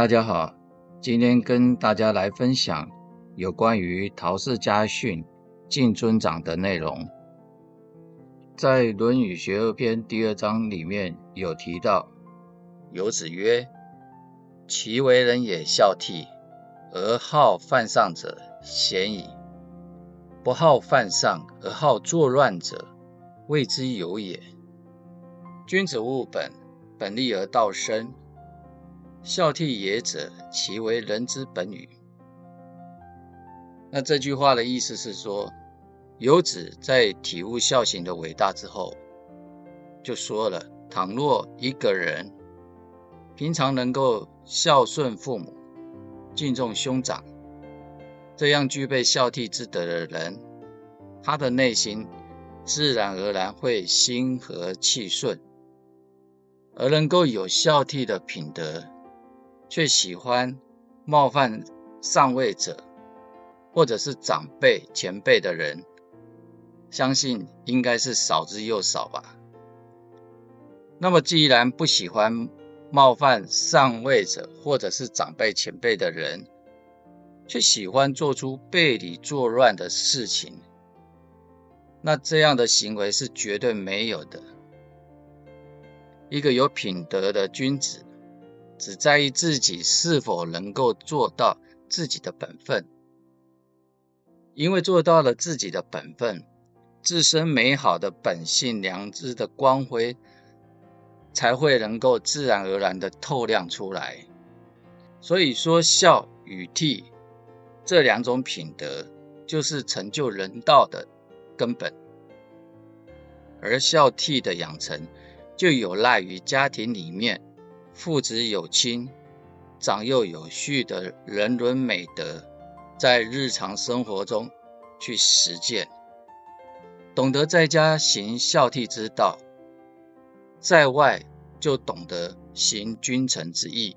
大家好，今天跟大家来分享有关于陶氏家训敬尊长的内容。在《论语学而篇》第2章里面有提到，有子曰：其为人也孝悌，而好犯上者，鲜矣；不好犯上而好作乱者，谓之有也。君子务本，本立而道生。孝悌也者，其为人之本与。那这句话的意思是说，有子在体悟孝行的伟大之后，就说了，倘若一个人平常能够孝顺父母，敬重兄长，这样具备孝悌之德的人，他的内心自然而然会心和气顺，而能够有孝悌的品德，却喜欢冒犯上位者或者是长辈前辈的人，相信应该是少之又少吧。那么既然不喜欢冒犯上位者或者是长辈前辈的人，却喜欢做出背礼作乱的事情，那这样的行为是绝对没有的。一个有品德的君子，只在意自己是否能够做到自己的本分，因为做到了自己的本分，自身美好的本性良知的光辉才会能够自然而然的透亮出来。所以说孝与悌这2种品德就是成就人道的根本，而孝悌的养成就有赖于家庭里面父子有亲、长幼有序的人伦美德，在日常生活中去实践，懂得在家行孝悌之道，在外就懂得行君臣之义。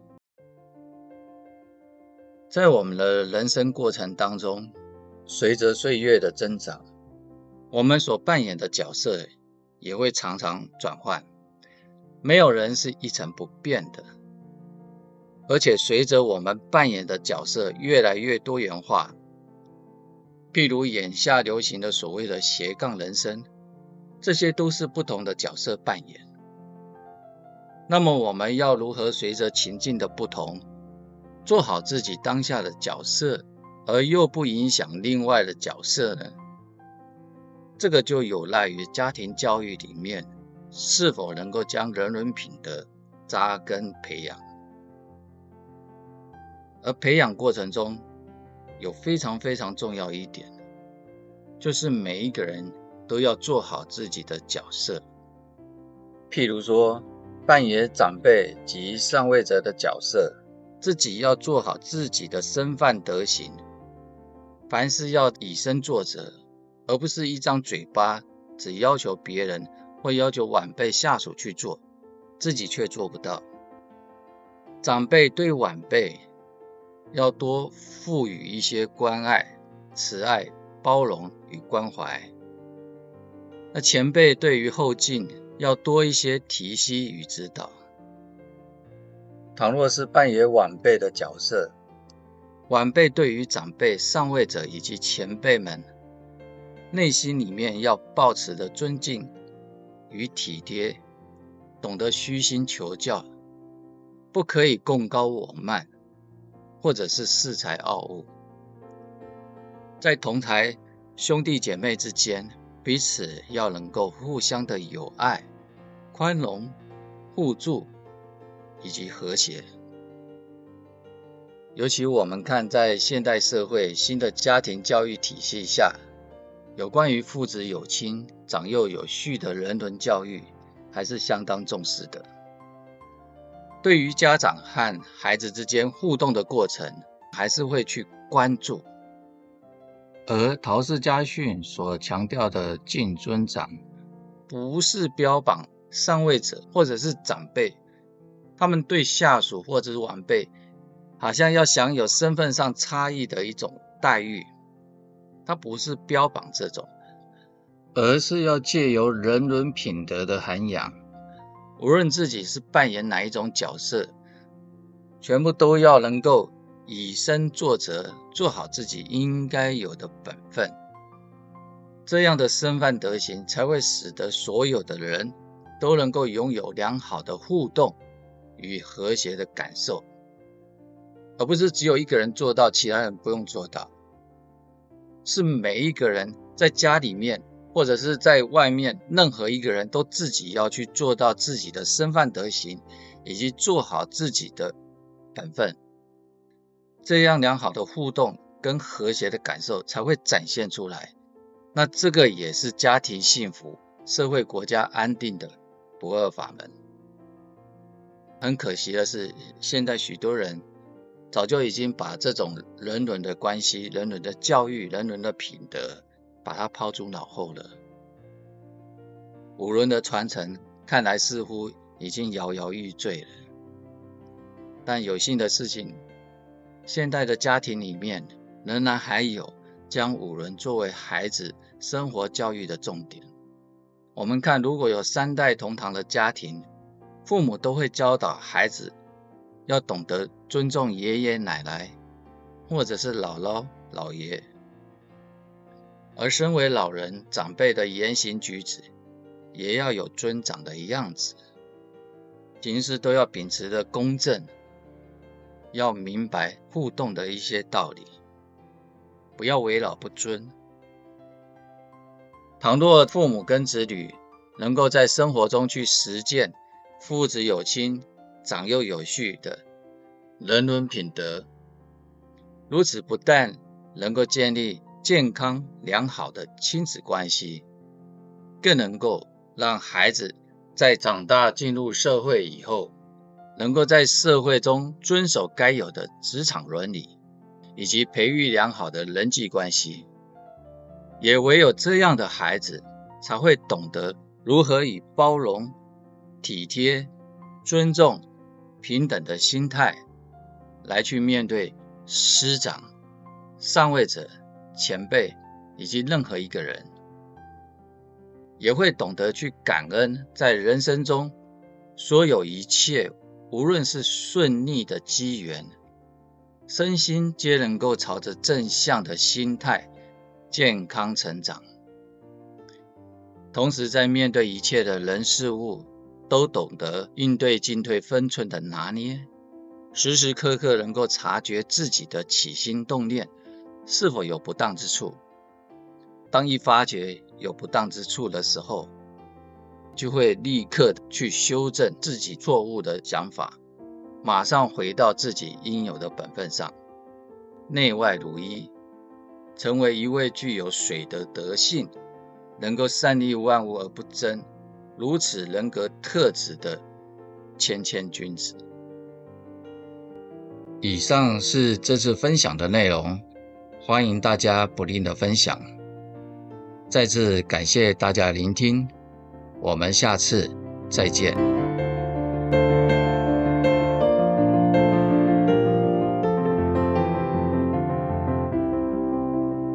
在我们的人生过程当中，随着岁月的增长，我们所扮演的角色也会常常转换，没有人是一成不变的。而且随着我们扮演的角色越来越多元化，譬如眼下流行的所谓的斜杠人生，这些都是不同的角色扮演。那么我们要如何随着情境的不同，做好自己当下的角色，而又不影响另外的角色呢？这个就有赖于家庭教育里面是否能够将人伦品德扎根培养。而培养过程中有非常非常重要一点，就是每一个人都要做好自己的角色。譬如说扮演长辈及上位者的角色，自己要做好自己的身范德行，凡事要以身作则，而不是一张嘴巴只要求别人或要求晚辈下属去做，自己却做不到。长辈对晚辈要多赋予一些关爱、慈爱、包容与关怀，那前辈对于后进要多一些提携与指导。倘若是扮演晚辈的角色，晚辈对于长辈、上位者以及前辈们，内心里面要抱持的尊敬与体贴，懂得虚心求教，不可以贡高我慢，或者是恃才傲物。在同台兄弟姐妹之间，彼此要能够互相的友爱、宽容、互助以及和谐。尤其我们看在现代社会新的家庭教育体系下，有关于父子有亲、长幼有序的人伦教育还是相当重视的。对于家长和孩子之间互动的过程，还是会去关注。而陶氏家训所强调的敬尊长，不是标榜上位者或者是长辈，他们对下属或者是晚辈，好像要享有身份上差异的一种待遇，它不是标榜这种，而是要借由人伦品德的涵养，无论自己是扮演哪一种角色， 全部都要能够以身作则，做好自己应该有的本分。这样的身范德行才会使得所有的人都能够拥有良好的互动与和谐的感受，而不是只有一个人做到，其他人不用做到。是每一个人在家里面或者是在外面，任何一个人都自己要去做到自己的身范德行，以及做好自己的本分，这样良好的互动跟和谐的感受才会展现出来。那这个也是家庭幸福、社会国家安定的不二法门。很可惜的是，现在许多人早就已经把这种人伦的关系、人伦的教育、人伦的品德把它抛诸脑后了。五伦的传承看来似乎已经摇摇欲坠了。但有幸的事情，现代的家庭里面仍然还有将五伦作为孩子生活教育的重点。我们看，如果有3代同堂的家庭，父母都会教导孩子要懂得尊重爷爷奶奶或者是姥姥姥爷，而身为老人长辈的言行举止也要有尊长的样子，行事都要秉持着公正，要明白互动的一些道理，不要为老不尊。倘若父母跟子女能够在生活中去实践父子有亲、长幼有序的人伦品德，如此不但能够建立健康良好的亲子关系，更能够让孩子在长大进入社会以后，能够在社会中遵守该有的职场伦理，以及培育良好的人际关系。也唯有这样的孩子才会懂得如何以包容、体贴、尊重、平等的心态来去面对师长、上位者、前辈以及任何一个人，也会懂得去感恩在人生中所有一切，无论是顺逆的机缘，身心皆能够朝着正向的心态健康成长。同时在面对一切的人事物，都懂得应对进退分寸的拿捏，时时刻刻能够察觉自己的起心动念是否有不当之处。当一发觉有不当之处的时候，就会立刻去修正自己错误的想法，马上回到自己应有的本分上，内外如一，成为一位具有水的德性，能够善利万物而不争，如此人格特质的谦谦君子。以上是这次分享的内容，欢迎大家不吝的分享。再次感谢大家聆听，我们下次再见。